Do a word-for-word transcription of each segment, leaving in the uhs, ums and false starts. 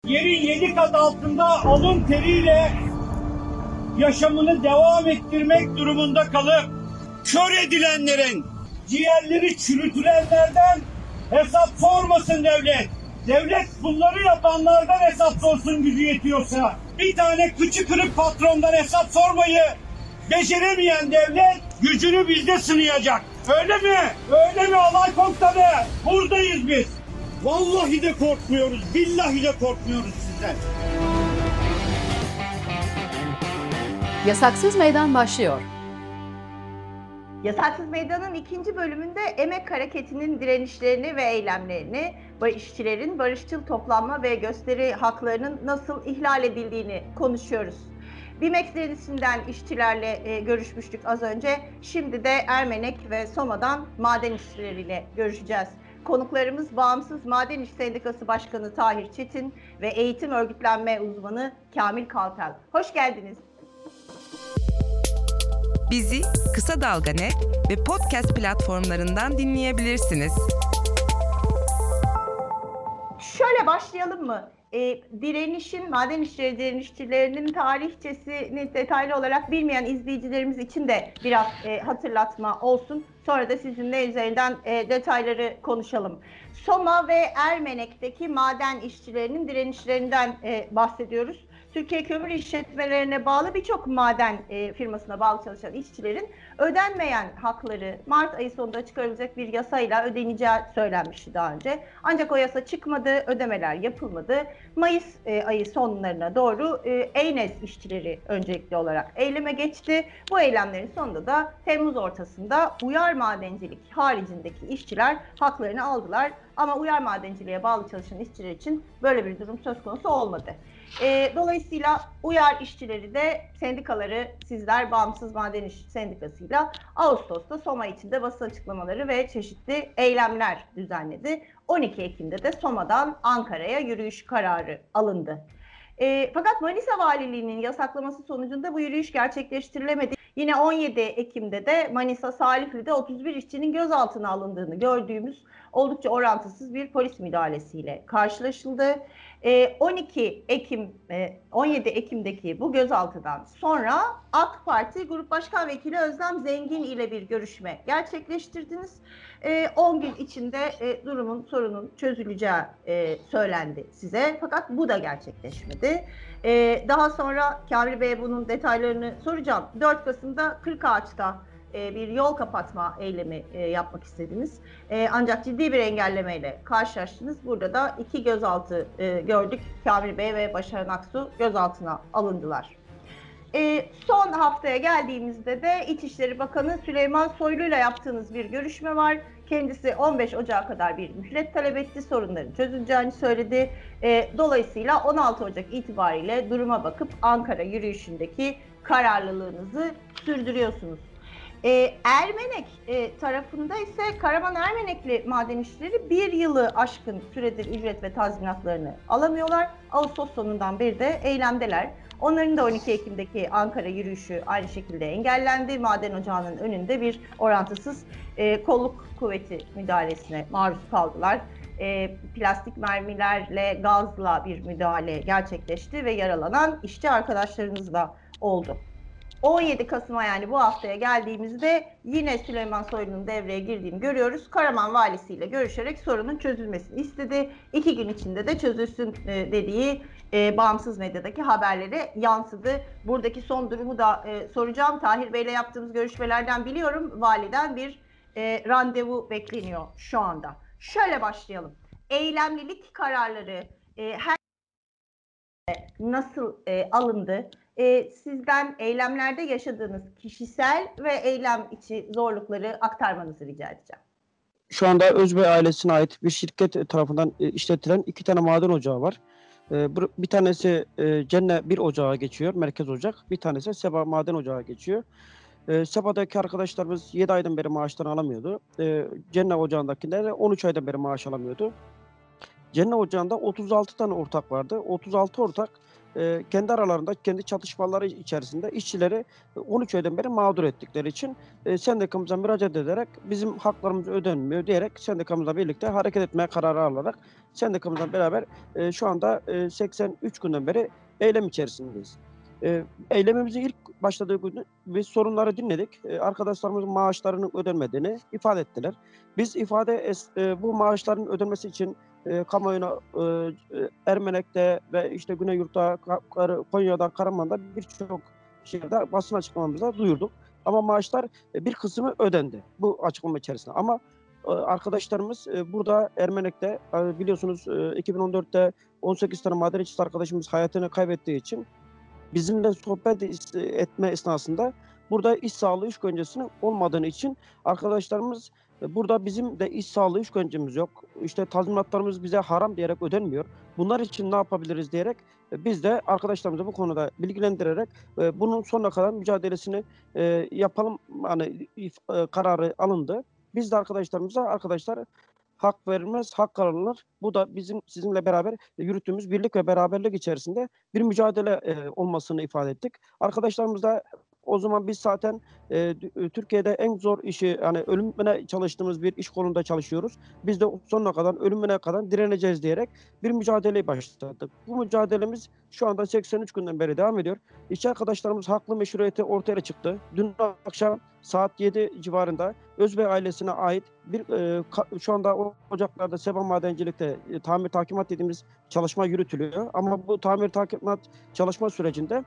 Yerin yedi kat altında alın teriyle yaşamını devam ettirmek durumunda kalıp kör edilenlerin, ciğerleri çürütülenlerden hesap sormasın devlet. Devlet bunları yapanlardan hesap sorsun gücü yetiyorsa. Bir tane kıçı kırık patrondan hesap sormayı beceremeyen devlet gücünü bizde sınayacak. Öyle mi? Öyle mi alay komutanı? Buradayız biz. Vallahi de korkmuyoruz, billahi de korkmuyoruz sizden. Yasaksız Meydan başlıyor. Yasaksız Meydan'ın ikinci bölümünde emek hareketinin direnişlerini ve eylemlerini, işçilerin barışçıl toplanma ve gösteri haklarının nasıl ihlal edildiğini konuşuyoruz. BİMEX direnişinden işçilerle e, görüşmüştük az önce. Şimdi de Ermenek ve SOMA'dan maden işçileriyle görüşeceğiz. Konuklarımız Bağımsız Maden İş Sendikası Başkanı Tahir Çetin ve eğitim örgütlenme uzmanı Kamil Kaltel. Hoş geldiniz. Bizi Kısa Dalga Net ve podcast platformlarından dinleyebilirsiniz. Şöyle başlayalım mı? E, direnişin, maden işçileri direnişçilerinin tarihçesini detaylı olarak bilmeyen izleyicilerimiz için de biraz e, hatırlatma olsun. Sonra da sizinle üzerinden e, detayları konuşalım. SOMA ve Ermenek'teki maden işçilerinin direnişlerinden e, bahsediyoruz. Türkiye Kömür İşletmelerine bağlı birçok maden e, firmasına bağlı çalışan işçilerin ödenmeyen hakları Mart ayı sonunda çıkarılacak bir yasayla ödeneceği söylenmişti daha önce. Ancak o yasa çıkmadı, ödemeler yapılmadı. Mayıs e, ayı sonlarına doğru e, EYNES işçileri öncelikli olarak eyleme geçti. Bu eylemlerin sonunda da Temmuz ortasında uyar madencilik haricindeki işçiler haklarını aldılar. Ama uyar madenciliğe bağlı çalışan işçiler için böyle bir durum söz konusu olmadı. E, dolayısıyla uyar işçileri de sendikaları, sizler Bağımsız Maden İş Sendikası'yla Ağustos'ta SOMA içinde basın açıklamaları ve çeşitli eylemler düzenledi. on iki Ekim'de de SOMA'dan Ankara'ya yürüyüş kararı alındı. E, fakat Manisa Valiliği'nin yasaklaması sonucunda bu yürüyüş gerçekleştirilemedi. Yine on yedi Ekim'de de Manisa Salifli'de otuz bir işçinin gözaltına alındığını gördüğümüz oldukça orantısız bir polis müdahalesiyle karşılaşıldı. on iki Ekim, on yedi Ekim'deki bu gözaltıdan sonra AK Parti Grup Başkan Vekili Özlem Zengin ile bir görüşme gerçekleştirdiniz. on gün içinde durumun, sorunun çözüleceği söylendi size. Fakat bu da gerçekleşmedi. Daha sonra Kamil Bey'e bunun detaylarını soracağım. dört Kasım'da Kırkağaç'ta bir yol kapatma eylemi yapmak istediniz. Ancak ciddi bir engellemeyle karşılaştınız. Burada da iki gözaltı gördük. Kamil Bey ve Başaran Aksu gözaltına alındılar. Son haftaya geldiğimizde de İçişleri Bakanı Süleyman Soylu ile yaptığınız bir görüşme var. Kendisi on beş Ocak'a kadar bir mühlet talep etti. Sorunların çözüleceğini söyledi. Dolayısıyla on altı Ocak itibariyle duruma bakıp Ankara yürüyüşündeki kararlılığınızı sürdürüyorsunuz. Ee, Ermenek e, tarafında ise Karaman Ermenekli maden işçileri bir yılı aşkın süredir ücret ve tazminatlarını alamıyorlar. Ağustos sonundan beri de eylemdeler. Onların da on iki Ekim'deki Ankara yürüyüşü aynı şekilde engellendi. Maden ocağının önünde bir orantısız e, kolluk kuvveti müdahalesine maruz kaldılar. E, plastik mermilerle, gazla bir müdahale gerçekleşti ve yaralanan işçi arkadaşlarımız da oldu. on yedi Kasım'a yani bu haftaya geldiğimizde yine Süleyman Soylu'nun devreye girdiğini görüyoruz. Karaman valisiyle görüşerek sorunun çözülmesini istedi. İki gün içinde de çözülsün dediği e, bağımsız medyadaki haberlere yansıdı. Buradaki son durumu da e, soracağım. Tahir Bey'le yaptığımız görüşmelerden biliyorum. Validen bir e, randevu bekleniyor şu anda. Şöyle başlayalım. Eylemlilik kararları e, her nasıl e, alındı? E, sizden eylemlerde yaşadığınız kişisel ve eylem içi zorlukları aktarmanızı rica edeceğim. Şu anda Özbey ailesine ait bir şirket tarafından e, işletilen iki tane maden ocağı var. E, bir tanesi e, Cenne bir ocağa geçiyor, merkez ocak. Bir tanesi Seba maden ocağı geçiyor. E, Seba'daki arkadaşlarımız yedi aydan beri maaşlarını alamıyordu. E, Cenne ocağındakiler on üç aydan beri maaş alamıyordu. Cenne Ocağı'nda otuz altı tane ortak vardı. otuz altı ortak e, kendi aralarında, kendi çatışmaları içerisinde işçileri e, on üç aydan beri mağdur ettikleri için e, sendikamıza müracaat ederek bizim haklarımız ödenmiyor diyerek sendikamızla birlikte hareket etmeye kararı alarak sendikamızla beraber e, şu anda e, seksen üç günden beri eylem içerisindeyiz. E, eylemimizin ilk başladığı gün biz sorunları dinledik. E, arkadaşlarımızın maaşlarının ödenmediğini ifade ettiler. Biz ifade es- e, bu maaşların ödenmesi için e, kamuoyuna e, e, Ermenek'te ve işte Güneyurt'ta, Ka- Kar- Konya'da, Karaman'da birçok şehirde basın açıklamamızda duyurduk. Ama maaşlar e, bir kısmı ödendi bu açıklama içerisinde. Ama e, arkadaşlarımız e, burada Ermenek'te e, biliyorsunuz e, iki bin on dörtte on sekiz tane maden işçisi arkadaşımız hayatını kaybettiği için bizimle sohbet is- etme esnasında burada iş sağlığı iş güvencesinin olmadığını için arkadaşlarımız e, burada bizim de iş sağlığı iş güvencemiz yok. İşte tazminatlarımız bize haram diyerek ödenmiyor. Bunlar için ne yapabiliriz diyerek e, biz de arkadaşlarımızı bu konuda bilgilendirerek e, bunun sonuna kadar mücadelesini e, yapalım hani if- e, kararı alındı. Biz de arkadaşlarımıza arkadaşlar hak verilmez, hak kazanılır. Bu da bizim sizinle beraber yürüttüğümüz birlik ve beraberlik içerisinde bir mücadele e, olmasını ifade ettik. Arkadaşlarımız da o zaman biz zaten e, Türkiye'de en zor işi yani ölümüne çalıştığımız bir iş kolunda çalışıyoruz. Biz de sonuna kadar ölümüne kadar direneceğiz diyerek bir mücadeleyi başlattık. Bu mücadelemiz şu anda seksen üç günden beri devam ediyor. İşçi arkadaşlarımız haklı meşruiyeti ortaya çıktı. Dün akşam saat yedi civarında Özbey ailesine ait bir e, ka- şu anda o ocaklarda Seba Madencilik'te e, tamir takimat dediğimiz çalışma yürütülüyor. Ama bu tamir takimat çalışma sürecinde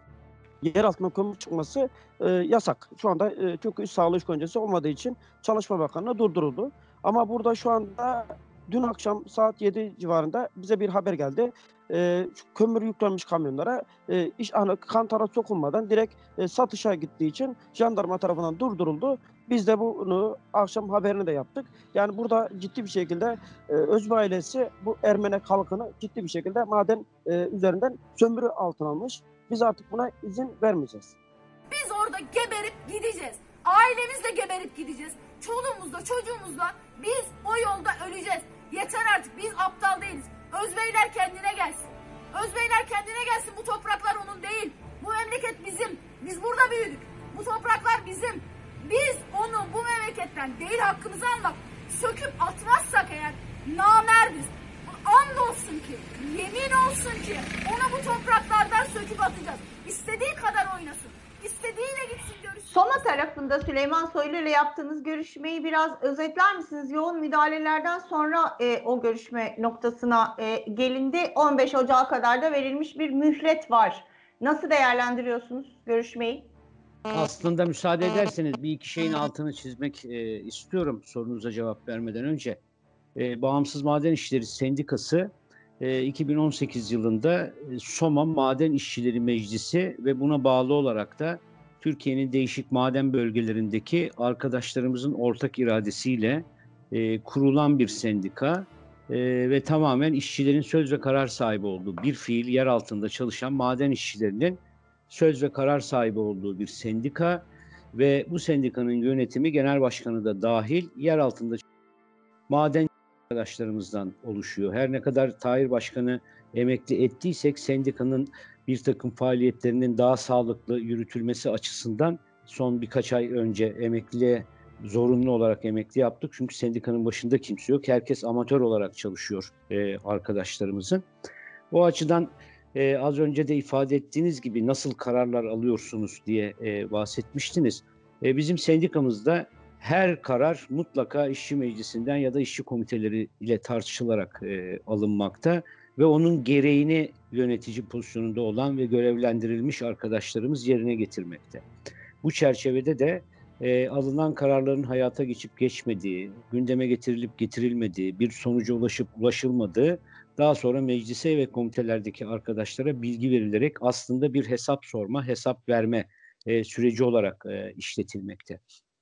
yer altından kömür çıkması e, yasak. Şu anda e, çünkü iş sağlığı iş güvencesi olmadığı için Çalışma Bakanlığı durduruldu. Ama burada şu anda dün akşam saat yedi civarında bize bir haber geldi. E, kömür yüklenmiş kamyonlara e, iş hani kantara sokulmadan direkt e, satışa gittiği için jandarma tarafından durduruldu. Biz de bunu akşam haberini de yaptık. Yani burada ciddi bir şekilde e, Özbey ailesi bu Ermenek halkını ciddi bir şekilde maden e, üzerinden sömürü altına almış. Biz artık buna izin vermeyeceğiz. Biz orada geberip gideceğiz. Ailemizle geberip gideceğiz. Çoluğumuzla çocuğumuzla biz o yolda öleceğiz. Yeter artık, biz aptal değiliz. Özbeyler kendine gelsin. Özbeyler kendine gelsin, bu topraklar onun değil. Bu memleket bizim. Biz burada büyüdük. Bu topraklar bizim. Biz onu bu memleketten değil hakkımızı almak söküp atmazsak eğer namerdiz. Andolsun ki, yemin olsun ki onu bu topraklardan söküp atacağız. İstediği kadar oynasın. İstediğiyle gitsin görüşsün. Soma tarafında Süleyman Soylu ile yaptığınız görüşmeyi biraz özetler misiniz? Yoğun müdahalelerden sonra e, o görüşme noktasına e, gelindi. on beş Ocağı kadar da verilmiş bir mühlet var. Nasıl değerlendiriyorsunuz görüşmeyi? Aslında müsaade ederseniz bir iki şeyin altını çizmek e, istiyorum sorunuza cevap vermeden önce. E, Bağımsız Maden İşleri Sendikası e, iki bin on sekiz yılında e, Soma Maden İşçileri Meclisi ve buna bağlı olarak da Türkiye'nin değişik maden bölgelerindeki arkadaşlarımızın ortak iradesiyle e, kurulan bir sendika e, ve tamamen işçilerin söz ve karar sahibi olduğu bir fiil yer altında çalışan maden işçilerinin söz ve karar sahibi olduğu bir sendika ve bu sendikanın yönetimi genel başkanı da dahil yer altında maden arkadaşlarımızdan oluşuyor. Her ne kadar Tahir Başkanı emekli ettiysek sendikanın bir takım faaliyetlerinin daha sağlıklı yürütülmesi açısından son birkaç ay önce emekliliğe zorunlu olarak emekli yaptık. Çünkü sendikanın başında kimse yok. Herkes amatör olarak çalışıyor e, arkadaşlarımızın. O açıdan e, az önce de ifade ettiğiniz gibi nasıl kararlar alıyorsunuz diye e, bahsetmiştiniz. E, bizim sendikamızda her karar mutlaka işçi meclisinden ya da işçi komiteleri ile tartışılarak e, alınmakta ve onun gereğini yönetici pozisyonunda olan ve görevlendirilmiş arkadaşlarımız yerine getirmekte. Bu çerçevede de e, alınan kararların hayata geçip geçmediği, gündeme getirilip getirilmediği, bir sonuca ulaşıp ulaşılmadığı, daha sonra meclise ve komitelerdeki arkadaşlara bilgi verilerek aslında bir hesap sorma, hesap verme e, süreci olarak e, işletilmekte.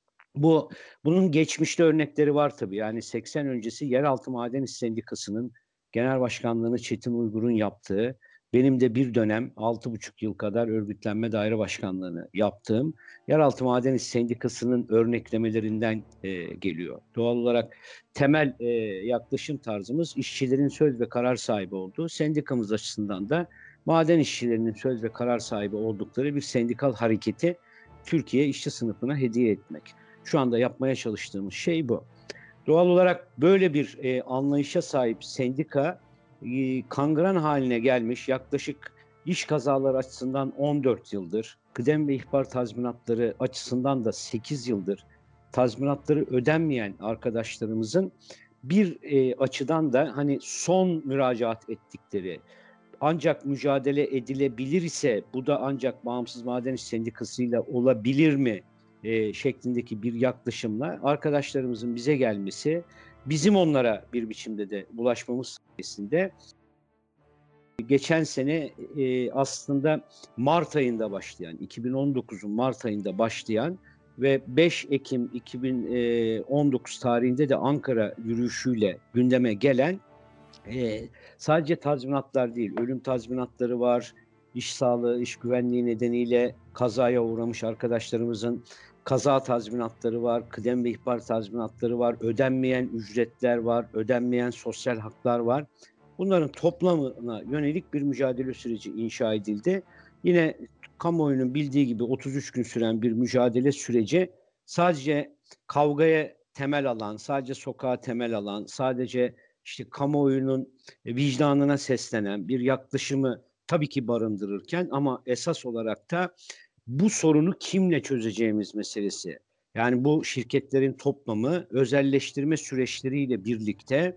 Bu bunun geçmişte örnekleri var tabii. Yani seksen öncesi Yeraltı Maden İş Sendikası'nın genel başkanlığını Çetin Uygur'un yaptığı benim de bir dönem altı buçuk yıl kadar örgütlenme daire başkanlığını yaptığım Yeraltı Maden İş Sendikası'nın örneklemelerinden e, geliyor. Doğal olarak temel e, yaklaşım tarzımız işçilerin söz ve karar sahibi olduğu, sendikamız açısından da maden işçilerinin söz ve karar sahibi oldukları bir sendikal hareketi Türkiye işçi sınıfına hediye etmek. Şu anda yapmaya çalıştığımız şey bu. Doğal olarak böyle bir e, anlayışa sahip sendika e, kangren haline gelmiş, yaklaşık iş kazaları açısından on dört yıldır, kıdem ve ihbar tazminatları açısından da sekiz yıldır tazminatları ödenmeyen arkadaşlarımızın bir e, açıdan da hani son müracaat ettikleri, ancak mücadele edilebilir ise bu da ancak Bağımsız Maden İş Sendikası'yla olabilir mi e, şeklindeki bir yaklaşımla arkadaşlarımızın bize gelmesi, bizim onlara bir biçimde de bulaşmamız sayesinde geçen sene e, aslında Mart ayında başlayan, iki bin on dokuzun Mart ayında başlayan ve beş Ekim iki bin on dokuz tarihinde de Ankara yürüyüşüyle gündeme gelen Ee, sadece tazminatlar değil, ölüm tazminatları var, iş sağlığı, iş güvenliği nedeniyle kazaya uğramış arkadaşlarımızın kaza tazminatları var, kıdem ve ihbar tazminatları var, ödenmeyen ücretler var, ödenmeyen sosyal haklar var. Bunların toplamına yönelik bir mücadele süreci inşa edildi. Yine kamuoyunun bildiği gibi otuz üç gün süren bir mücadele süreci sadece kavgaya temel alan, sadece sokağa temel alan, sadece işte kamuoyunun vicdanına seslenen bir yaklaşımı tabii ki barındırırken ama esas olarak da bu sorunu kimle çözeceğimiz meselesi. Yani bu şirketlerin toplamı özelleştirme süreçleriyle birlikte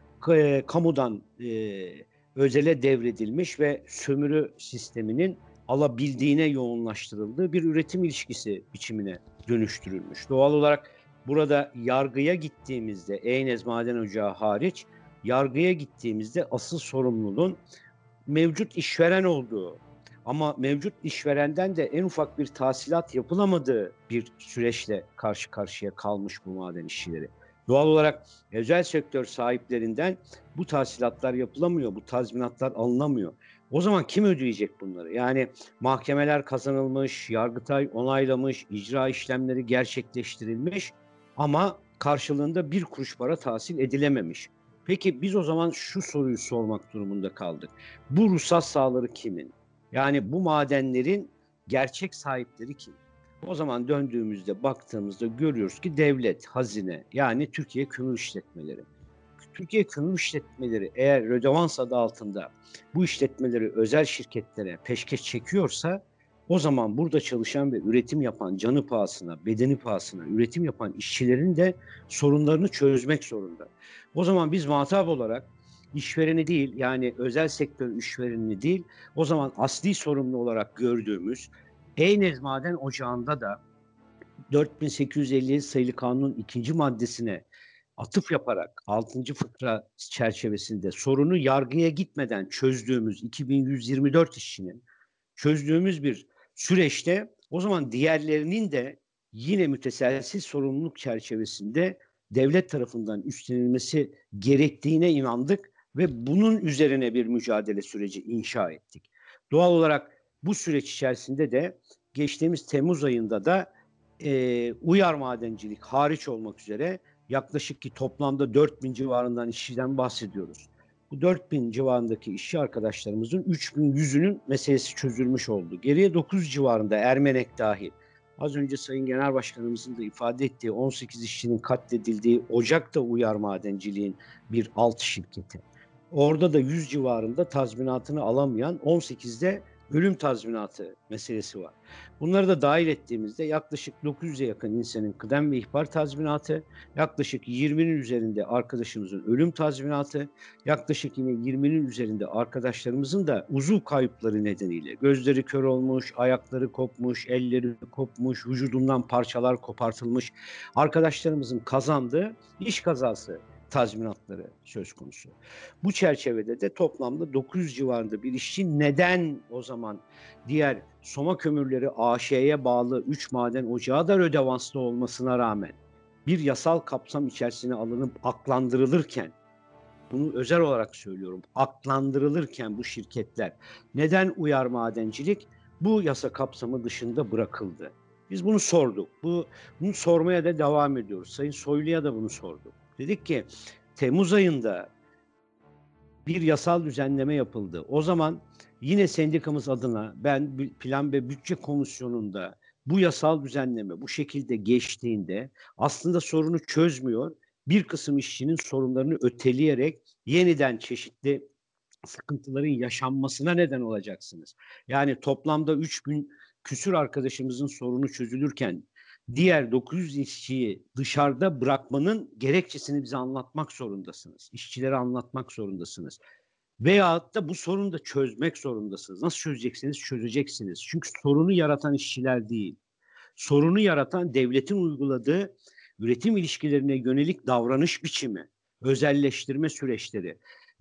e, kamudan e, özele devredilmiş ve sömürü sisteminin alabildiğine yoğunlaştırıldığı bir üretim ilişkisi biçimine dönüştürülmüş. Doğal olarak burada yargıya gittiğimizde Eynez Maden Ocağı hariç yargıya gittiğimizde asıl sorumluluğun mevcut işveren olduğu ama mevcut işverenden de en ufak bir tahsilat yapılamadığı bir süreçle karşı karşıya kalmış bu maden işçileri. Doğal olarak özel sektör sahiplerinden bu tahsilatlar yapılamıyor, bu tazminatlar alınamıyor. O zaman kim ödeyecek bunları? Yani mahkemeler kazanılmış, Yargıtay onaylamış, icra işlemleri gerçekleştirilmiş ama karşılığında bir kuruş para tahsil edilememiş. Peki biz o zaman şu soruyu sormak durumunda kaldık. Bu ruhsat sahaları kimin? Yani bu madenlerin gerçek sahipleri kim? O zaman döndüğümüzde baktığımızda görüyoruz ki devlet, hazine yani Türkiye Kömür İşletmeleri. Türkiye Kömür İşletmeleri eğer rödevans adı altında bu işletmeleri özel şirketlere peşkeş çekiyorsa o zaman burada çalışan ve üretim yapan canı pahasına, bedeni pahasına üretim yapan işçilerin de sorunlarını çözmek zorunda. O zaman biz muhatap olarak işvereni değil yani özel sektör işverenini değil o zaman asli sorumlu olarak gördüğümüz Eynez Maden Ocağı'nda da dört bin sekiz yüz elli yedi sayılı kanunun ikinci maddesine atıf yaparak altıncı fıkra çerçevesinde sorunu yargıya gitmeden çözdüğümüz iki bin yüz yirmi dört işçinin çözdüğümüz bir süreçte o zaman diğerlerinin de yine müteselsiz sorumluluk çerçevesinde devlet tarafından üstlenilmesi gerektiğine inandık ve bunun üzerine bir mücadele süreci inşa ettik. Doğal olarak bu süreç içerisinde de geçtiğimiz Temmuz ayında da e, uyar madencilik hariç olmak üzere yaklaşık ki toplamda dört bin civarından işçiden bahsediyoruz. Bu dört bin civarındaki işçi arkadaşlarımızın üç bin yüzünün meselesi çözülmüş oldu. Geriye dokuz civarında Ermenek dahil. Az önce Sayın Genel Başkanımızın da ifade ettiği on sekiz işçinin katledildiği Ocak'ta uyar madenciliğin bir alt şirketi. Orada da yüz civarında tazminatını alamayan on sekizde ölüm tazminatı meselesi var. Bunları da dahil ettiğimizde yaklaşık dokuz yüze yakın insanın kıdem ve ihbar tazminatı, yaklaşık yirminin üzerinde arkadaşımızın ölüm tazminatı, yaklaşık yine yirminin üzerinde arkadaşlarımızın da uzuv kayıpları nedeniyle gözleri kör olmuş, ayakları kopmuş, elleri kopmuş, vücudundan parçalar kopartılmış arkadaşlarımızın kazandığı iş kazası tazminatları söz konusu. Bu çerçevede de toplamda dokuz yüz civarında bir işçi neden o zaman diğer Soma Kömürleri A Ş'ye bağlı üç maden ocağı da rödevanslı olmasına rağmen bir yasal kapsam içerisine alınıp aklandırılırken bunu özel olarak söylüyorum, aklandırılırken bu şirketler neden uyar madencilik bu yasa kapsamı dışında bırakıldı? Biz bunu sorduk. Bu, bunu sormaya da devam ediyoruz. Sayın Soylu'ya da bunu sorduk. Dedik ki Temmuz ayında bir yasal düzenleme yapıldı. O zaman yine sendikamız adına ben Plan ve Bütçe Komisyonu'nda bu yasal düzenleme bu şekilde geçtiğinde aslında sorunu çözmüyor. Bir kısım işçinin sorunlarını öteleyerek yeniden çeşitli sıkıntıların yaşanmasına neden olacaksınız. Yani toplamda üç bin küsür arkadaşımızın sorunu çözülürken diğer dokuz yüz işçiyi dışarıda bırakmanın gerekçesini bize anlatmak zorundasınız. İşçilere anlatmak zorundasınız. Veyahut da bu sorunu da çözmek zorundasınız. Nasıl çözeceksiniz? Çözeceksiniz. Çünkü sorunu yaratan işçiler değil. Sorunu yaratan devletin uyguladığı üretim ilişkilerine yönelik davranış biçimi, özelleştirme süreçleri,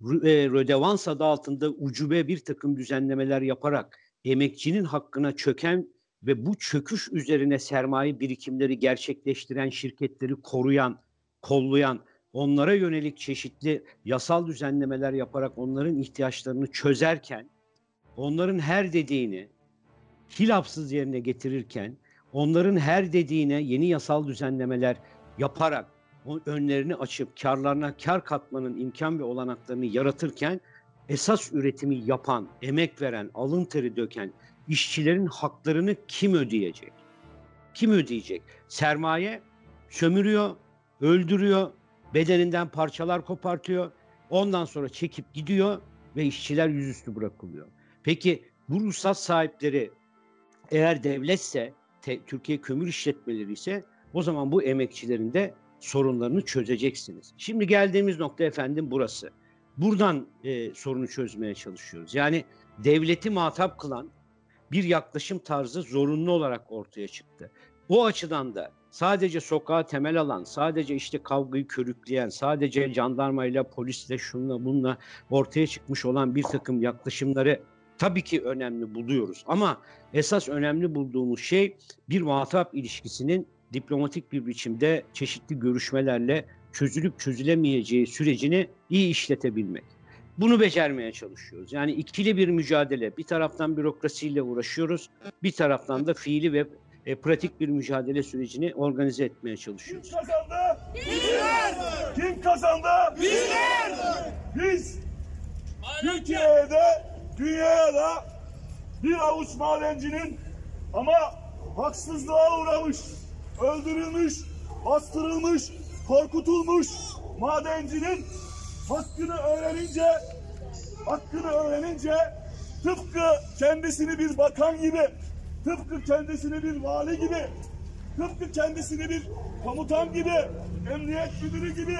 rödevans adı altında ucube bir takım düzenlemeler yaparak emekçinin hakkına çöken ve bu çöküş üzerine sermaye birikimleri gerçekleştiren şirketleri koruyan, kollayan, onlara yönelik çeşitli yasal düzenlemeler yaparak onların ihtiyaçlarını çözerken, onların her dediğini hilafsız yerine getirirken, onların her dediğine yeni yasal düzenlemeler yaparak o önlerini açıp karlarına kar katmanın imkan ve olanaklarını yaratırken esas üretimi yapan, emek veren, alın teri döken işçilerin haklarını kim ödeyecek? Kim ödeyecek? Sermaye sömürüyor, öldürüyor, bedeninden parçalar kopartıyor. Ondan sonra çekip gidiyor ve işçiler yüzüstü bırakılıyor. Peki bu ruhsat sahipleri eğer devletse, te, Türkiye Kömür İşletmeleri ise o zaman bu emekçilerin de sorunlarını çözeceksiniz. Şimdi geldiğimiz nokta efendim burası. Buradan e, sorunu çözmeye çalışıyoruz. Yani devleti muhatap kılan bir yaklaşım tarzı zorunlu olarak ortaya çıktı. O açıdan da sadece sokağa temel alan, sadece işte kavgayı körükleyen, sadece jandarmayla, polisle, şunla bununla ortaya çıkmış olan bir takım yaklaşımları tabii ki önemli buluyoruz. Ama esas önemli bulduğumuz şey bir muhatap ilişkisinin diplomatik bir biçimde çeşitli görüşmelerle çözülüp çözülemeyeceği sürecini iyi işletebilmek. Bunu becermeye çalışıyoruz. Yani ikili bir mücadele. Bir taraftan bürokrasiyle uğraşıyoruz, bir taraftan da fiili ve e, pratik bir mücadele sürecini organize etmeye çalışıyoruz. Kim kazandı? Bizler! Kim kazandı? Bizler! Biz Türkiye'de, dünyada bir avuç madencinin ama haksızlığa uğramış, öldürülmüş, bastırılmış, korkutulmuş madencinin hakkını öğrenince, hakkını öğrenince tıpkı kendisini bir bakan gibi, tıpkı kendisini bir vali gibi, tıpkı kendisini bir komutan gibi, emniyet müdürü gibi,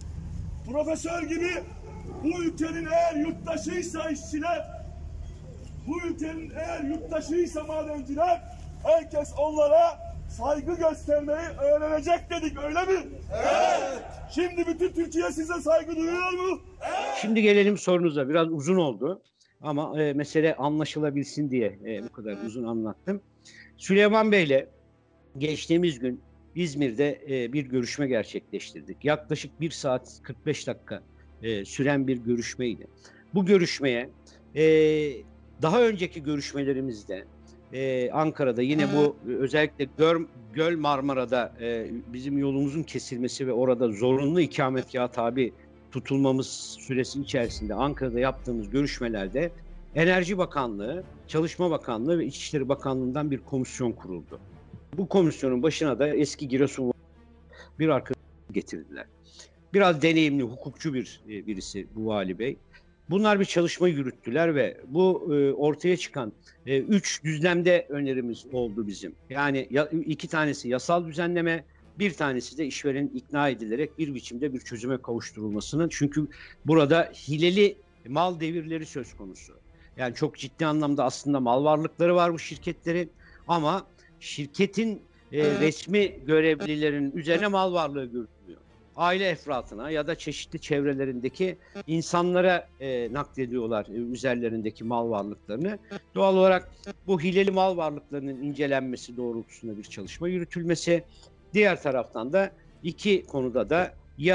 profesör gibi bu ülkenin eğer yurttaşıysa işçiler, bu ülkenin eğer yurttaşıysa madenciler, herkes onlara saygı göstermeyi öğrenecek dedik, öyle mi? Evet. Şimdi bütün Türkiye size saygı duyuyor mu? Evet. Şimdi gelelim sorunuza. Biraz uzun oldu ama e, mesele anlaşılabilsin diye e, bu kadar uzun anlattım. Süleyman Bey'le geçtiğimiz gün İzmir'de e, bir görüşme gerçekleştirdik. Yaklaşık bir saat kırk beş dakika e, süren bir görüşmeydi. Bu görüşmeye e, daha önceki görüşmelerimizde Ee, Ankara'da yine bu özellikle Göl, Göl Marmara'da e, bizim yolumuzun kesilmesi ve orada zorunlu ikametgaha tabi tutulmamız süresi içerisinde Ankara'da yaptığımız görüşmelerde Enerji Bakanlığı, Çalışma Bakanlığı ve İçişleri Bakanlığı'ndan bir komisyon kuruldu. Bu komisyonun başına da eski Giresun bir arkadaş getirdiler. Biraz deneyimli, hukukçu bir e, birisi bu Vali Bey. Bunlar bir çalışma yürüttüler ve bu e, ortaya çıkan e, üç düzlemde önerimiz oldu bizim. Yani ya, iki tanesi yasal düzenleme, bir tanesi de işverenin ikna edilerek bir biçimde bir çözüme kavuşturulmasının. Çünkü burada hileli mal devirleri söz konusu. Yani çok ciddi anlamda aslında mal varlıkları var bu şirketlerin ama şirketin e, resmi görevlilerin üzerine mal varlığı görülmüyor. Aile efratına ya da çeşitli çevrelerindeki insanlara e, naklediyorlar e, üzerlerindeki mal varlıklarını. Doğal olarak bu hileli mal varlıklarının incelenmesi doğrultusunda bir çalışma yürütülmesi. Diğer taraftan da iki konuda da ya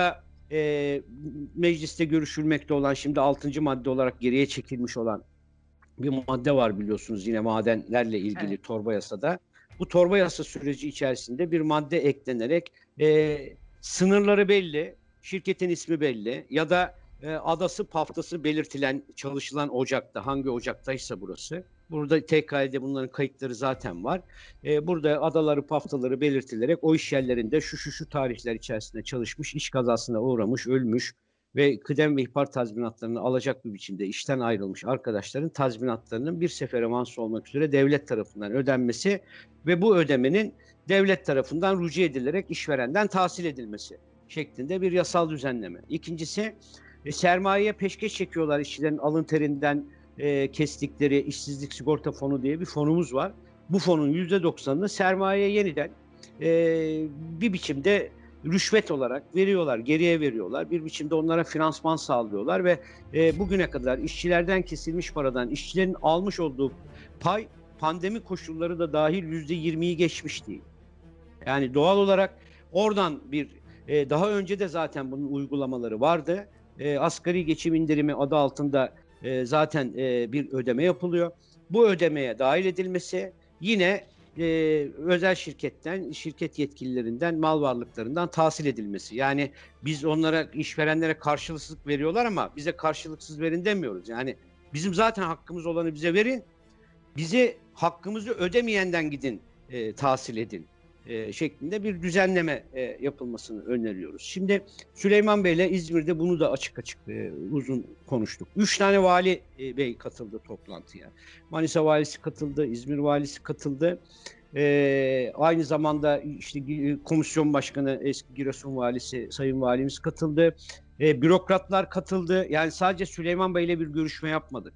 e, mecliste görüşülmekte olan, şimdi altıncı madde olarak geriye çekilmiş olan bir madde var biliyorsunuz, yine madenlerle ilgili Evet. torba yasada. Bu torba yasa süreci içerisinde bir madde eklenerek e, sınırları belli, şirketin ismi belli ya da e, adası paftası belirtilen çalışılan ocakta, hangi ocaktaysa burası. Burada T K E'de bunların kayıtları zaten var. E, burada adaları paftaları belirtilerek o iş yerlerinde şu şu şu tarihler içerisinde çalışmış, iş kazasına uğramış, ölmüş ve kıdem ve ihbar tazminatlarını alacak bir biçimde işten ayrılmış arkadaşların tazminatlarının bir sefere mahsus olmak üzere devlet tarafından ödenmesi ve bu ödemenin devlet tarafından rücu edilerek işverenden tahsil edilmesi şeklinde bir yasal düzenleme. İkincisi, e, sermayeye peşkeş çekiyorlar, işçilerin alın terinden e, kestikleri işsizlik sigorta fonu diye bir fonumuz var. Bu fonun yüzde doksanını sermayeye yeniden e, bir biçimde rüşvet olarak veriyorlar, geriye veriyorlar. Bir biçimde onlara finansman sağlıyorlar ve e, bugüne kadar işçilerden kesilmiş paradan işçilerin almış olduğu pay, pandemi koşulları da dahil yüzde yirmiyi geçmiş değil. Yani doğal olarak oradan bir e, daha önce de zaten bunun uygulamaları vardı. E, asgari geçim indirimi adı altında e, zaten e, bir ödeme yapılıyor. Bu ödemeye dahil edilmesi yine e, özel şirketten, şirket yetkililerinden, mal varlıklarından tahsil edilmesi. Yani biz onlara, işverenlere karşılıksız veriyorlar ama bize karşılıksız verin demiyoruz. Yani bizim zaten hakkımız olanı bize verin, bizi hakkımızı ödemeyenden gidin e, tahsil edin e, şeklinde bir düzenleme e, yapılmasını öneriyoruz. Şimdi Süleyman Bey'le İzmir'de bunu da açık açık e, uzun konuştuk. Üç tane vali e, bey katıldı toplantıya. Manisa valisi katıldı, İzmir valisi katıldı. E, aynı zamanda işte komisyon başkanı, eski Giresun valisi, sayın valimiz katıldı. E, bürokratlar katıldı. Yani sadece Süleyman Bey'le bir görüşme yapmadık.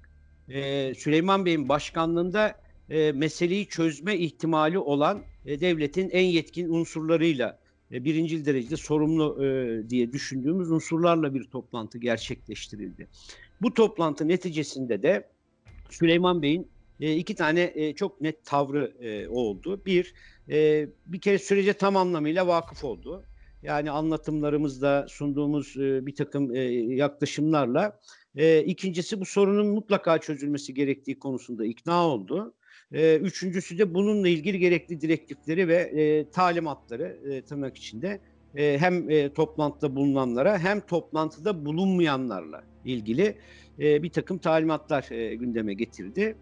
E, Süleyman Bey'in başkanlığında e, meseleyi çözme ihtimali olan e, devletin en yetkin unsurlarıyla e, birincil derecede sorumlu e, diye düşündüğümüz unsurlarla bir toplantı gerçekleştirildi. Bu toplantı neticesinde de Süleyman Bey'in e, iki tane e, çok net tavrı e, oldu. Bir, e, bir kere sürece tam anlamıyla vakıf oldu. Yani anlatımlarımızda sunduğumuz e, bir takım e, yaklaşımlarla. E, ikincisi, bu sorunun mutlaka çözülmesi gerektiği konusunda ikna oldu. E, üçüncüsü de bununla ilgili gerekli direktifleri ve e, talimatları e, tırnak içinde e, hem e, toplantıda bulunanlara hem toplantıda bulunmayanlarla ilgili e, bir takım talimatlar e, gündeme getirdi.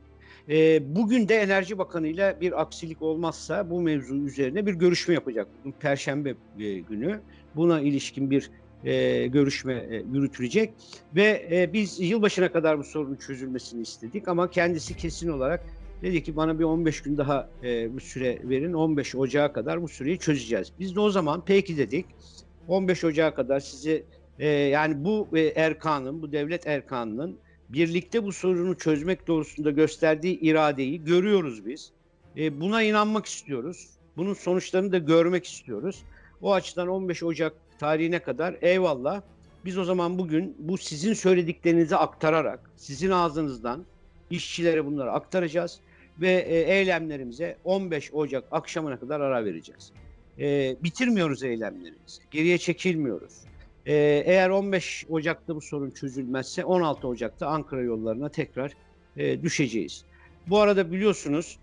E, bugün de Enerji Bakanı ile bir aksilik olmazsa bu mevzu üzerine bir görüşme yapacak. Bugün Perşembe e, günü buna ilişkin bir e, görüşme e, yürütülecek ve e, biz yılbaşına kadar bu sorunun çözülmesini istedik ama kendisi kesin olarak dedi ki bana bir on beş gün daha e, bu süre verin, on beş Ocağı kadar bu süreyi çözeceğiz. Biz de o zaman peki dedik, on beş Ocağı kadar sizi e, yani bu e, erkanın, bu devlet erkanının birlikte bu sorunu çözmek doğrusunda gösterdiği iradeyi görüyoruz biz. E, buna inanmak istiyoruz. Bunun sonuçlarını da görmek istiyoruz. O açıdan on beş Ocak tarihine kadar eyvallah. Biz o zaman bugün bu sizin söylediklerinizi aktararak, sizin ağzınızdan işçilere bunları aktaracağız ve e, eylemlerimize on beş Ocak akşamına kadar ara vereceğiz. E, bitirmiyoruz eylemlerimizi, geriye çekilmiyoruz. E, eğer on beş Ocak'ta bu sorun çözülmezse on altı Ocak'ta Ankara yollarına tekrar e, düşeceğiz. Bu arada biliyorsunuz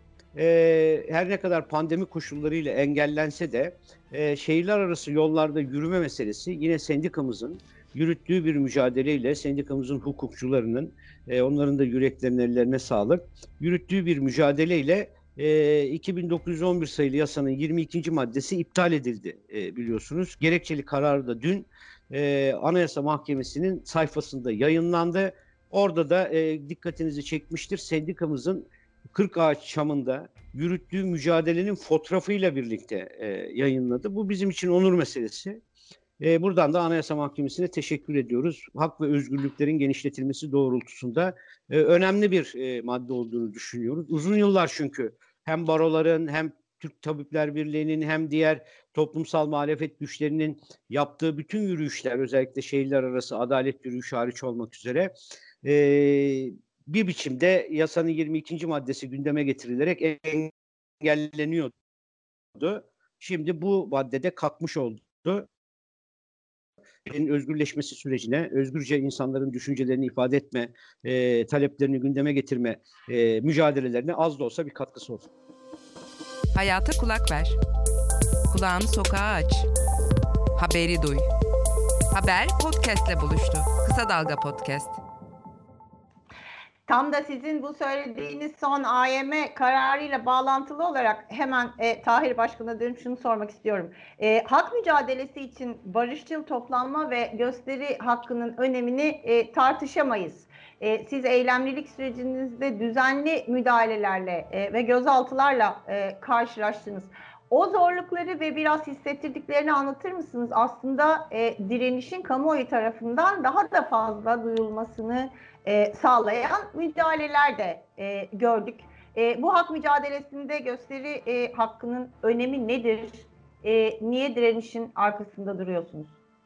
e, her ne kadar pandemi koşullarıyla engellense de e, şehirler arası yollarda yürüme meselesi yine sendikamızın yürüttüğü bir mücadeleyle, sendikamızın hukukçularının, e, onların da yüreklerinin ellerine sağlık, yürüttüğü bir mücadeleyle e, iki bin dokuz yüz on bir sayılı yasanın yirmi ikinci maddesi iptal edildi e, biliyorsunuz. Gerekçeli kararı da dün e, Anayasa Mahkemesi'nin sayfasında yayınlandı. Orada da e, dikkatinizi çekmiştir. Sendikamızın Kırkağaç-Çam'ında yürüttüğü mücadelenin fotoğrafıyla birlikte e, yayınladı. Bu bizim için onur meselesi. E, buradan da Anayasa Mahkemesi'ne teşekkür ediyoruz. Hak ve özgürlüklerin genişletilmesi doğrultusunda e, önemli bir e, madde olduğunu düşünüyoruz. Uzun yıllar çünkü hem baroların hem Türk Tabipler Birliği'nin hem diğer toplumsal muhalefet güçlerinin yaptığı bütün yürüyüşler, özellikle şehirler arası adalet yürüyüşü hariç olmak üzere e, bir biçimde yasanın yirmi ikinci maddesi gündeme getirilerek engelleniyordu. Şimdi bu maddede kalkmış oldu. Türkiye'nin özgürleşmesi sürecine, özgürce insanların düşüncelerini ifade etme, e, taleplerini gündeme getirme e, mücadelelerine az da olsa bir katkısı olsun. Hayata kulak ver. Kulağını sokağa aç. Haberi duy. Haber podcast'le buluştu. Kısa Dalga Podcast. Tam da sizin bu söylediğiniz son A Y M kararıyla bağlantılı olarak hemen e, Tahir Başkan'a dönüp şunu sormak istiyorum. E, hak mücadelesi için barışçıl toplanma ve gösteri hakkının önemini e, tartışamayız. E, siz eylemlilik sürecinizde düzenli müdahalelerle e, ve gözaltılarla e, karşılaştınız. O zorlukları ve biraz hissettirdiklerini anlatır mısınız? Aslında e, direnişin kamuoyu tarafından daha da fazla duyulmasını e, sağlayan müdahaleler de e, gördük. E, bu hak mücadelesinde gösteri e, hakkının önemi nedir? E, niye direnişin arkasında duruyorsunuz?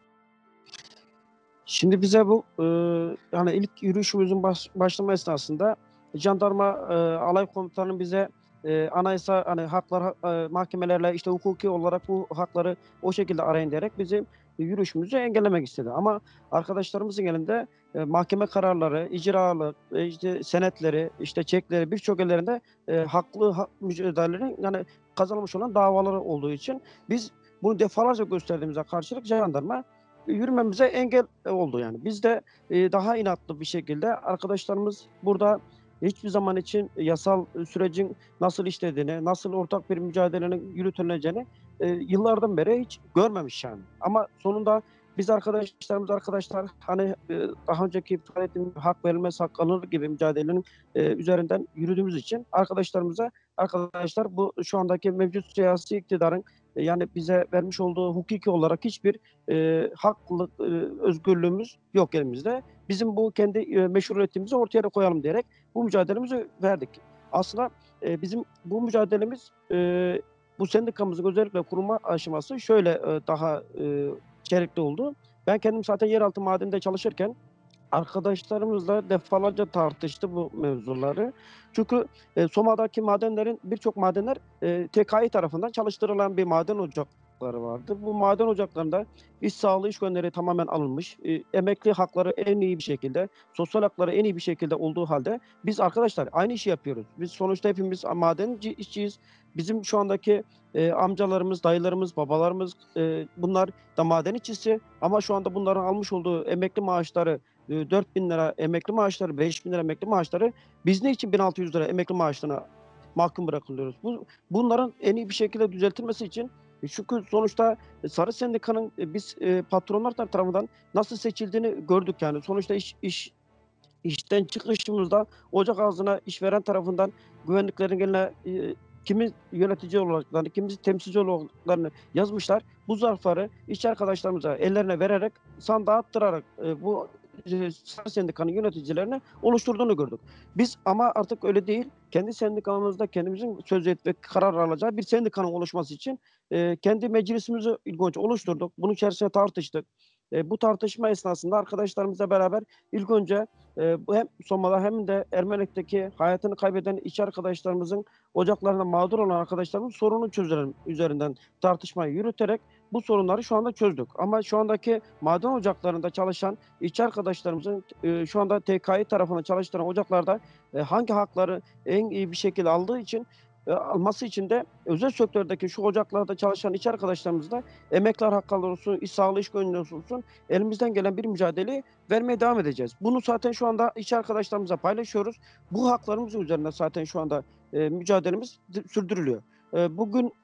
Şimdi bize bu e, yani ilk yürüyüşümüzün baş, başlama esnasında jandarma e, alay komutanının bize e, anayasa hani haklar e, mahkemelerle işte hukuki olarak bu hakları o şekilde arayın diyerek bizim yürüyüşümüzü engellemek istedi. Ama arkadaşlarımızın elinde e, mahkeme kararları, icralı, e, işte senetleri, işte çekleri birçok ellerinde e, haklı hak mücadelelerin yani kazanılmış olan davaları olduğu için biz bunu defalarca gösterdiğimize karşılık jandarma yürümemize engel oldu yani. Biz de e, daha inatlı bir şekilde arkadaşlarımız burada hiçbir zaman için yasal sürecin nasıl işlediğini, nasıl ortak bir mücadelenin yürütüleceğini e, yıllardan beri hiç görmemiş yani. Ama sonunda biz arkadaşlarımız arkadaşlar hani e, daha önceki ifade ettiğim hak verilmez, hak alınır gibi mücadelenin e, üzerinden yürüdüğümüz için arkadaşlarımıza arkadaşlar bu şu andaki mevcut siyasi iktidarın e, yani bize vermiş olduğu hukuki olarak hiçbir e, haklı e, özgürlüğümüz yok elimizde. Bizim bu kendi e, meşruiyetimizi ortaya koyalım diyerek bu mücadelemizi verdik. Aslında e, bizim bu mücadelemiz e, bu sendikamızın özellikle kurulma aşaması şöyle e, daha e, içerikli oldu. Ben kendim zaten yeraltı madeninde çalışırken arkadaşlarımızla defalarca tartıştı bu mevzuları. Çünkü e, Soma'daki madenlerin birçok madenler e, T K İ tarafından çalıştırılan bir maden ocakları vardı. Bu maden ocaklarında iş sağlığı iş güvenleri tamamen alınmış. E, emekli hakları en iyi bir şekilde, sosyal hakları en iyi bir şekilde olduğu halde biz arkadaşlar aynı işi yapıyoruz. Biz sonuçta hepimiz madenci işçiyiz. Bizim şu andaki e, amcalarımız, dayılarımız, babalarımız e, bunlar da maden işçisi ama şu anda bunların almış olduğu emekli maaşları dört bin lira emekli maaşları, beş bin lira emekli maaşları biz ne için bin altı yüz lira emekli maaşlarına mahkum bırakılıyoruz? Bu, bunların en iyi bir şekilde düzeltilmesi için çünkü sonuçta Sarı Sendika'nın biz patronlar tarafından nasıl seçildiğini gördük yani. Sonuçta iş, iş işten çıkışımızda ocak ağzına işveren tarafından güvenliklerin eline e, kimi yönetici olaraklarını, kimi temsilci olaraklarını yazmışlar. Bu zarfları işçi arkadaşlarımıza ellerine vererek sandığa attırarak e, bu Sarı Sendika'nın yöneticilerini oluşturduğunu gördük. Biz ama artık öyle değil. Kendi sendikamızda kendimizin söz et ve karar alacağı bir sendikanın oluşması için e, kendi meclisimizi ilk önce oluşturduk. Bunun içerisinde tartıştık. E, bu tartışma esnasında arkadaşlarımızla beraber ilk önce e, hem Soma'da hem de Ermenek'teki hayatını kaybeden işçi arkadaşlarımızın ocaklarında mağdur olan arkadaşlarımızın sorunu çözelim üzerinden tartışmayı yürüterek bu sorunları şu anda çözdük. Ama şu andaki maden ocaklarında çalışan işçi arkadaşlarımızın e, şu anda T K İ tarafından çalıştıran ocaklarda e, hangi hakları en iyi bir şekilde aldığı için e, alması için de özel sektördeki şu ocaklarda çalışan işçi arkadaşlarımız da emekler hakları olsun, iş sağlığı iş güvenliği olsun elimizden gelen bir mücadeleyi vermeye devam edeceğiz. Bunu zaten şu anda işçi arkadaşlarımızla paylaşıyoruz. Bu haklarımız üzerine zaten şu anda e, mücadelemiz sürdürülüyor. E, bugün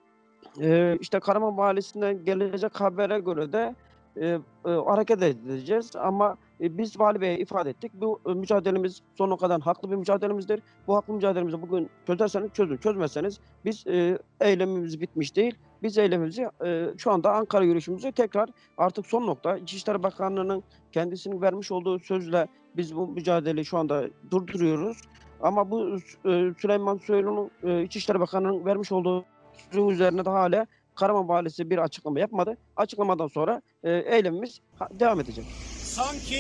e, işte Karaman Mahallesi'nden gelecek habere göre de e, e, hareket edeceğiz ama e, biz Vali Bey'e ifade ettik. Bu e, mücadelemiz sonuna kadar haklı bir mücadelemizdir. Bu haklı mücadelemizi bugün çözerseniz çözün, çözmezseniz biz e, eylemimiz bitmiş değil. Biz eylemimizi e, şu anda Ankara yürüyüşümüzü tekrar artık son nokta İçişleri Bakanlığı'nın kendisinin vermiş olduğu sözle biz bu mücadeleyi şu anda durduruyoruz. Ama bu e, Süleyman Soylu'nun e, İçişleri Bakanı'nın vermiş olduğu sözün üzerine de hala Karaman Valisi bir açıklama yapmadı. Açıklamadan sonra e, eylemimiz ha, devam edecek. Sanki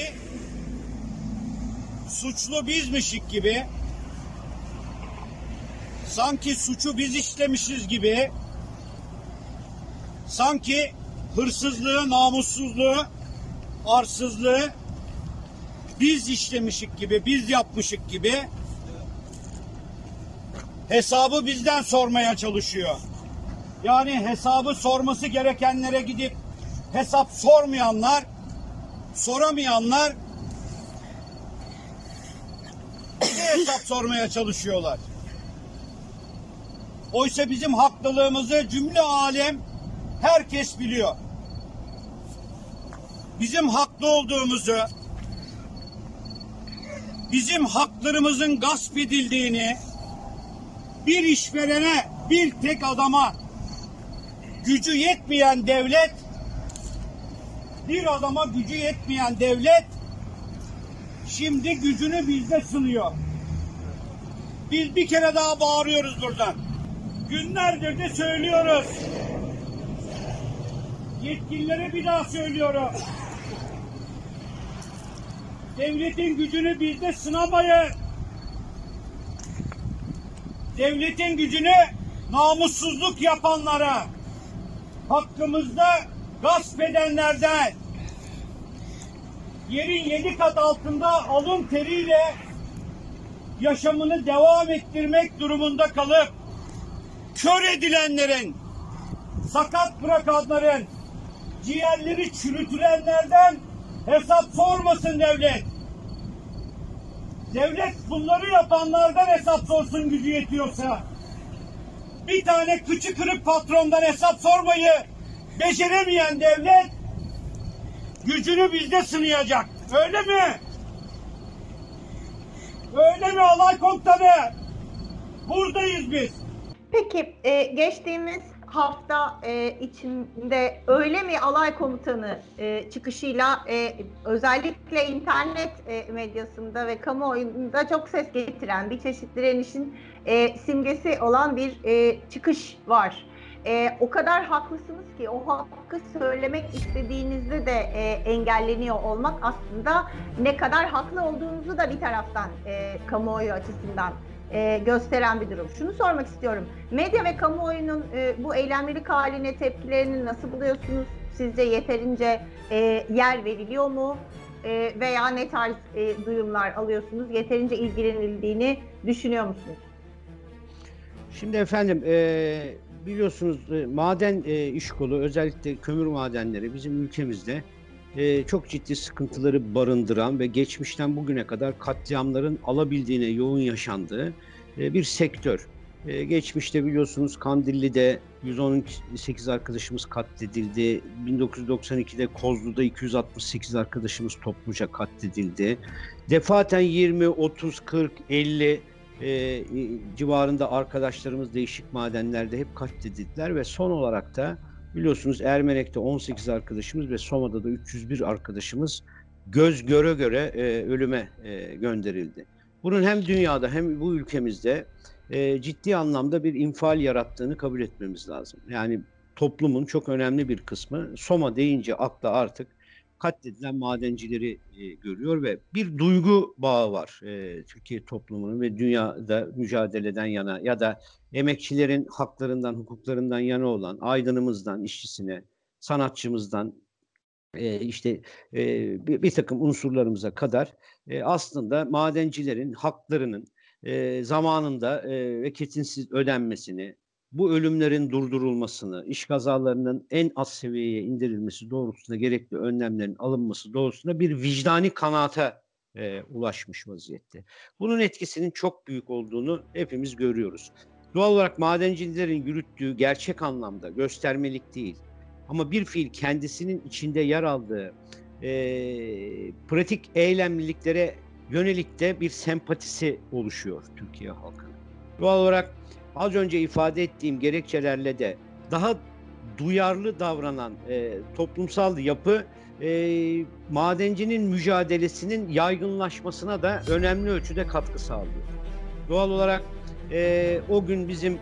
suçlu bizmişik gibi, sanki suçu biz işlemişiz gibi, sanki hırsızlığı, namussuzluğu arsızlığı biz işlemişik gibi, biz yapmışık gibi hesabı bizden sormaya çalışıyor. Yani hesabı sorması gerekenlere gidip hesap sormayanlar, soramayanlar hesap sormaya çalışıyorlar. Oysa bizim haklılığımızı cümle alem herkes biliyor. Bizim haklı olduğumuzu, bizim haklarımızın gasp edildiğini, bir işverene, bir tek adama gücü yetmeyen devlet, bir adama gücü yetmeyen devlet şimdi gücünü bizde sınıyor. Biz bir kere daha bağırıyoruz buradan. Günlerdir de söylüyoruz. Yetkililere bir daha söylüyorum. Devletin gücünü bizde sınamayın. Devletin gücünü namussuzluk yapanlara, hakkımızda gasp edenlerden, yerin yedi kat altında alın teriyle yaşamını devam ettirmek durumunda kalıp kör edilenlerin, sakat bırakanların, ciğerleri çürütülenlerden hesap sormasın devlet. Devlet bunları yapanlardan hesap sorsun gücü yetiyorsa. Bir tane kıçı kırık patrondan hesap sormayı beceremeyen devlet gücünü bizde sınayacak. Öyle mi? Öyle mi alay komutanı? Buradayız biz. Peki e, geçtiğimiz hafta e, içinde öyle mi alay komutanı e, çıkışıyla e, özellikle internet e, medyasında ve kamuoyunda çok ses getiren bir çeşit direnişin e, simgesi olan bir e, çıkış var. E, o kadar haklısınız ki o hakkı söylemek istediğinizde de e, engelleniyor olmak aslında ne kadar haklı olduğunuzu da bir taraftan e, kamuoyu açısından e, gösteren bir durum. Şunu sormak istiyorum. Medya ve kamuoyunun e, bu eylemlilik haline tepkilerini nasıl buluyorsunuz? Sizce yeterince e, yer veriliyor mu? E, veya ne tarz e, duyumlar alıyorsunuz? Yeterince ilgilenildiğini düşünüyor musunuz? Şimdi efendim e, biliyorsunuz e, maden e, işkolu, özellikle kömür madenleri bizim ülkemizde e, çok ciddi sıkıntıları barındıran ve geçmişten bugüne kadar katliamların alabildiğine yoğun yaşandığı e, bir sektör. E, geçmişte biliyorsunuz Kandilli'de yüz on sekiz arkadaşımız katledildi. bin dokuz yüz doksan ikide Kozlu'da iki yüz altmış sekiz arkadaşımız topluca katledildi. Defaten yirmi, otuz, kırk, elli E, civarında arkadaşlarımız değişik madenlerde hep katledildiler ve son olarak da biliyorsunuz Ermenek'te on sekiz arkadaşımız ve Soma'da da üç yüz bir arkadaşımız göz göre göre e, ölüme e, gönderildi. Bunun hem dünyada hem bu ülkemizde e, ciddi anlamda bir infial yarattığını kabul etmemiz lazım. Yani toplumun çok önemli bir kısmı Soma deyince akla artık katledilen madencileri e, görüyor ve bir duygu bağı var e, Türkiye toplumunun ve dünyada mücadeleden yana ya da emekçilerin haklarından, hukuklarından yana olan aydınımızdan, işçisine, sanatçımızdan e, işte e, bir, bir takım unsurlarımıza kadar e, aslında madencilerin haklarının e, zamanında e, ve kesinsiz ödenmesini, bu ölümlerin durdurulmasını, iş kazalarının en az seviyeye indirilmesi doğrultusunda gerekli önlemlerin alınması doğrultusunda bir vicdani kanaata e, ulaşmış vaziyette. Bunun etkisinin çok büyük olduğunu hepimiz görüyoruz. Doğal olarak madencilerin yürüttüğü gerçek anlamda göstermelik değil. Ama bir fiil kendisinin içinde yer aldığı e, pratik eylemliliklere yönelik de bir sempatisi oluşuyor Türkiye halkının. Doğal olarak az önce ifade ettiğim gerekçelerle de daha duyarlı davranan e, toplumsal yapı e, madencinin mücadelesinin yaygınlaşmasına da önemli ölçüde katkı sağlıyor. Doğal olarak e, o gün bizim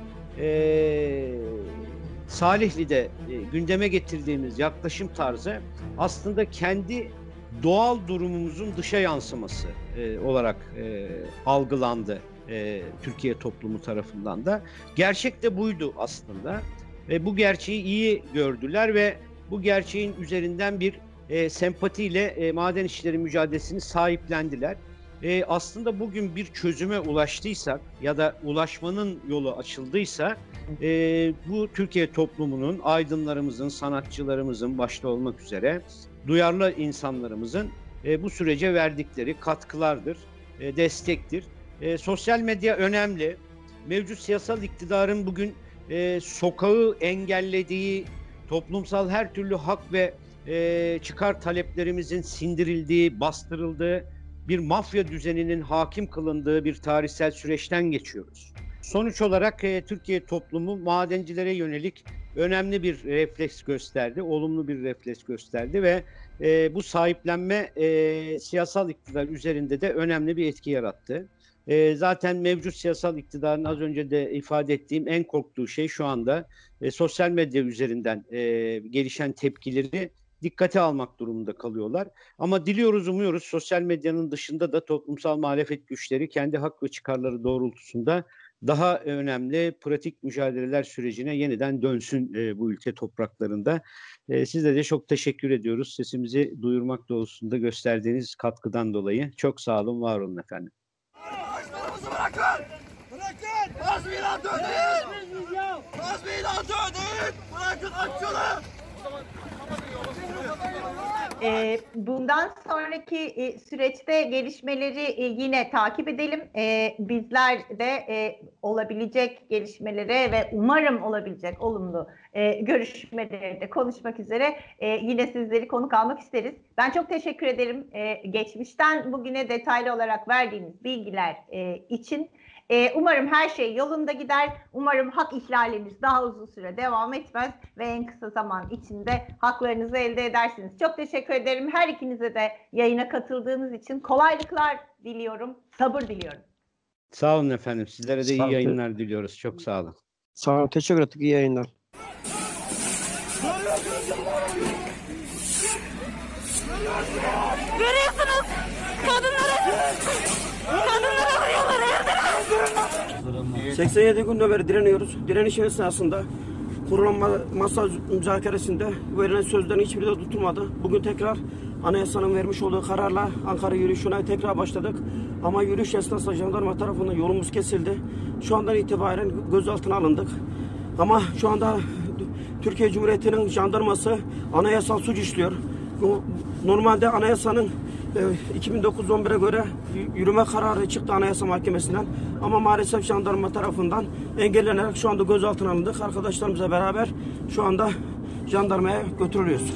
e, Salihli'de e, gündeme getirdiğimiz yaklaşım tarzı aslında kendi doğal durumumuzun dışa yansıması e, olarak e, algılandı. E, Türkiye toplumu tarafından da. Gerçek de buydu aslında. Ve bu gerçeği iyi gördüler ve bu gerçeğin üzerinden bir e, sempatiyle e, maden işçileri mücadelesini sahiplendiler. E, aslında bugün bir çözüme ulaştıysak ya da ulaşmanın yolu açıldıysa e, bu Türkiye toplumunun, aydınlarımızın, sanatçılarımızın başta olmak üzere duyarlı insanlarımızın e, bu sürece verdikleri katkılardır, e, destektir. E, sosyal medya önemli. Mevcut siyasal iktidarın bugün e, sokağı engellediği, toplumsal her türlü hak ve e, çıkar taleplerimizin sindirildiği, bastırıldığı bir mafya düzeninin hakim kılındığı bir tarihsel süreçten geçiyoruz. Sonuç olarak e, Türkiye toplumu madencilere yönelik önemli bir refleks gösterdi, olumlu bir refleks gösterdi ve e, bu sahiplenme e, siyasal iktidar üzerinde de önemli bir etki yarattı. E, zaten mevcut siyasal iktidarın az önce de ifade ettiğim en korktuğu şey şu anda e, sosyal medya üzerinden e, gelişen tepkileri dikkate almak durumunda kalıyorlar. Ama diliyoruz, umuyoruz sosyal medyanın dışında da toplumsal muhalefet güçleri kendi hak ve çıkarları doğrultusunda daha önemli pratik mücadeleler sürecine yeniden dönsün e, bu ülke topraklarında. E, size de çok teşekkür ediyoruz. Sesimizi duyurmak doğrultusunda gösterdiğiniz katkıdan dolayı. Çok sağ olun, var olun efendim. Ağaçlarımızı bırakın! Bırakın! Tazminat ödeyin! Tazminat ödeyin! Bırakın açılı! Ee, bundan sonraki e, süreçte gelişmeleri e, yine takip edelim. E, bizler de e, olabilecek gelişmelere ve umarım olabilecek olumlu e, görüşmeleri de konuşmak üzere e, yine sizleri konuk almak isteriz. Ben çok teşekkür ederim e, geçmişten bugüne detaylı olarak verdiğiniz bilgiler e, için. Ee, umarım her şey yolunda gider. Umarım hak ihlaliniz daha uzun süre devam etmez ve en kısa zaman içinde haklarınızı elde edersiniz. Çok teşekkür ederim. Her ikinize de yayına katıldığınız için kolaylıklar diliyorum. Sabır diliyorum. Sağ olun efendim. Sizlere de Sağ iyi olun. yayınlar diliyoruz. Çok sağ olun. Sağ olun. Teşekkür ettik. İyi yayınlar. Görüyorsunuz kadınları kadınlara vuruyorlar. seksen yedi günden beri direniyoruz. Direniş esnasında kurulan ma- masa müzakeresinde verilen sözlerin hiçbiri de tutulmadı. Bugün tekrar anayasanın vermiş olduğu kararla Ankara yürüyüşüne tekrar başladık. Ama yürüyüş esnasında jandarma tarafından yolumuz kesildi. Şu andan itibaren gözaltına alındık. Ama şu anda Türkiye Cumhuriyeti'nin jandarması anayasal suç işliyor. Normalde anayasanın iki bin dokuz on bire göre yürüme kararı çıktı Anayasa Mahkemesi'nden. Ama maalesef jandarma tarafından engellenerek şu anda gözaltına alındık. Arkadaşlarımızla beraber şu anda jandarmaya götürülüyoruz.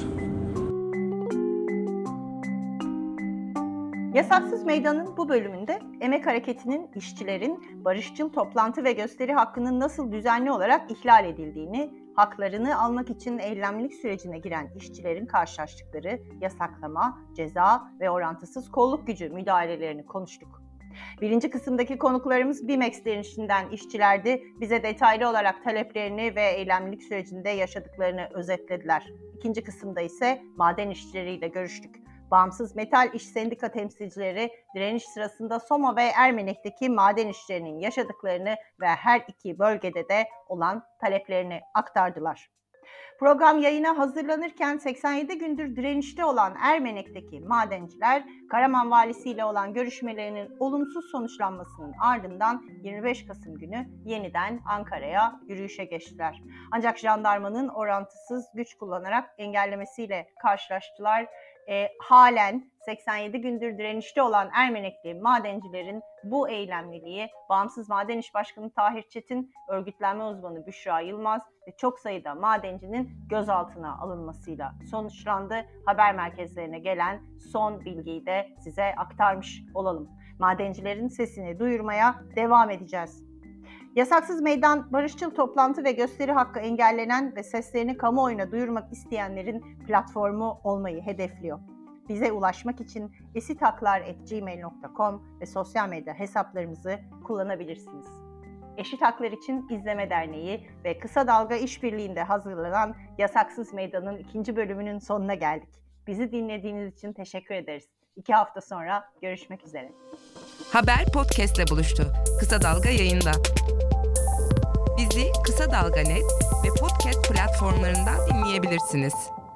Yasaksız Meydan'ın bu bölümünde emek hareketinin işçilerin barışçıl toplantı ve gösteri hakkının nasıl düzenli olarak ihlal edildiğini, haklarını almak için eylemlilik sürecine giren işçilerin karşılaştıkları yasaklama, ceza ve orantısız kolluk gücü müdahalelerini konuştuk. Birinci kısımdaki konuklarımız BİMEX direnişinden işçilerdi. Bize detaylı olarak taleplerini ve eylemlilik sürecinde yaşadıklarını özetlediler. İkinci kısımda ise maden işçileriyle görüştük. Bağımsız Metal İş Sendika temsilcileri direniş sırasında Soma ve Ermenek'teki maden işçilerinin yaşadıklarını ve her iki bölgede de olan taleplerini aktardılar. Program yayına hazırlanırken seksen yedi gündür direnişte olan Ermenek'teki madenciler, Karaman valisiyle olan görüşmelerinin olumsuz sonuçlanmasının ardından yirmi beş Kasım günü yeniden Ankara'ya yürüyüşe geçtiler. Ancak jandarmanın orantısız güç kullanarak engellemesiyle karşılaştılar. E, halen seksen yedi gündür direnişte olan Ermenekli madencilerin bu eylemliliği Bağımsız Maden İş Başkanı Tahir Çetin, örgütlenme uzmanı Büşra Yılmaz ve çok sayıda madencinin gözaltına alınmasıyla sonuçlandı. Haber merkezlerine gelen son bilgiyi de size aktarmış olalım. Madencilerin sesini duyurmaya devam edeceğiz. Yasaksız Meydan, barışçıl toplantı ve gösteri hakkı engellenen ve seslerini kamuoyuna duyurmak isteyenlerin platformu olmayı hedefliyor. Bize ulaşmak için esitaklar at gmail nokta com ve sosyal medya hesaplarımızı kullanabilirsiniz. Eşit Haklar İçin İzleme Derneği ve Kısa Dalga İşbirliği'nde hazırlanan Yasaksız Meydan'ın ikinci bölümünün sonuna geldik. Bizi dinlediğiniz için teşekkür ederiz. İki hafta sonra görüşmek üzere. Haber podcast'le buluştu. Kısa Dalga yayında. Bizi Kısa Dalga Net ve podcast platformlarından dinleyebilirsiniz.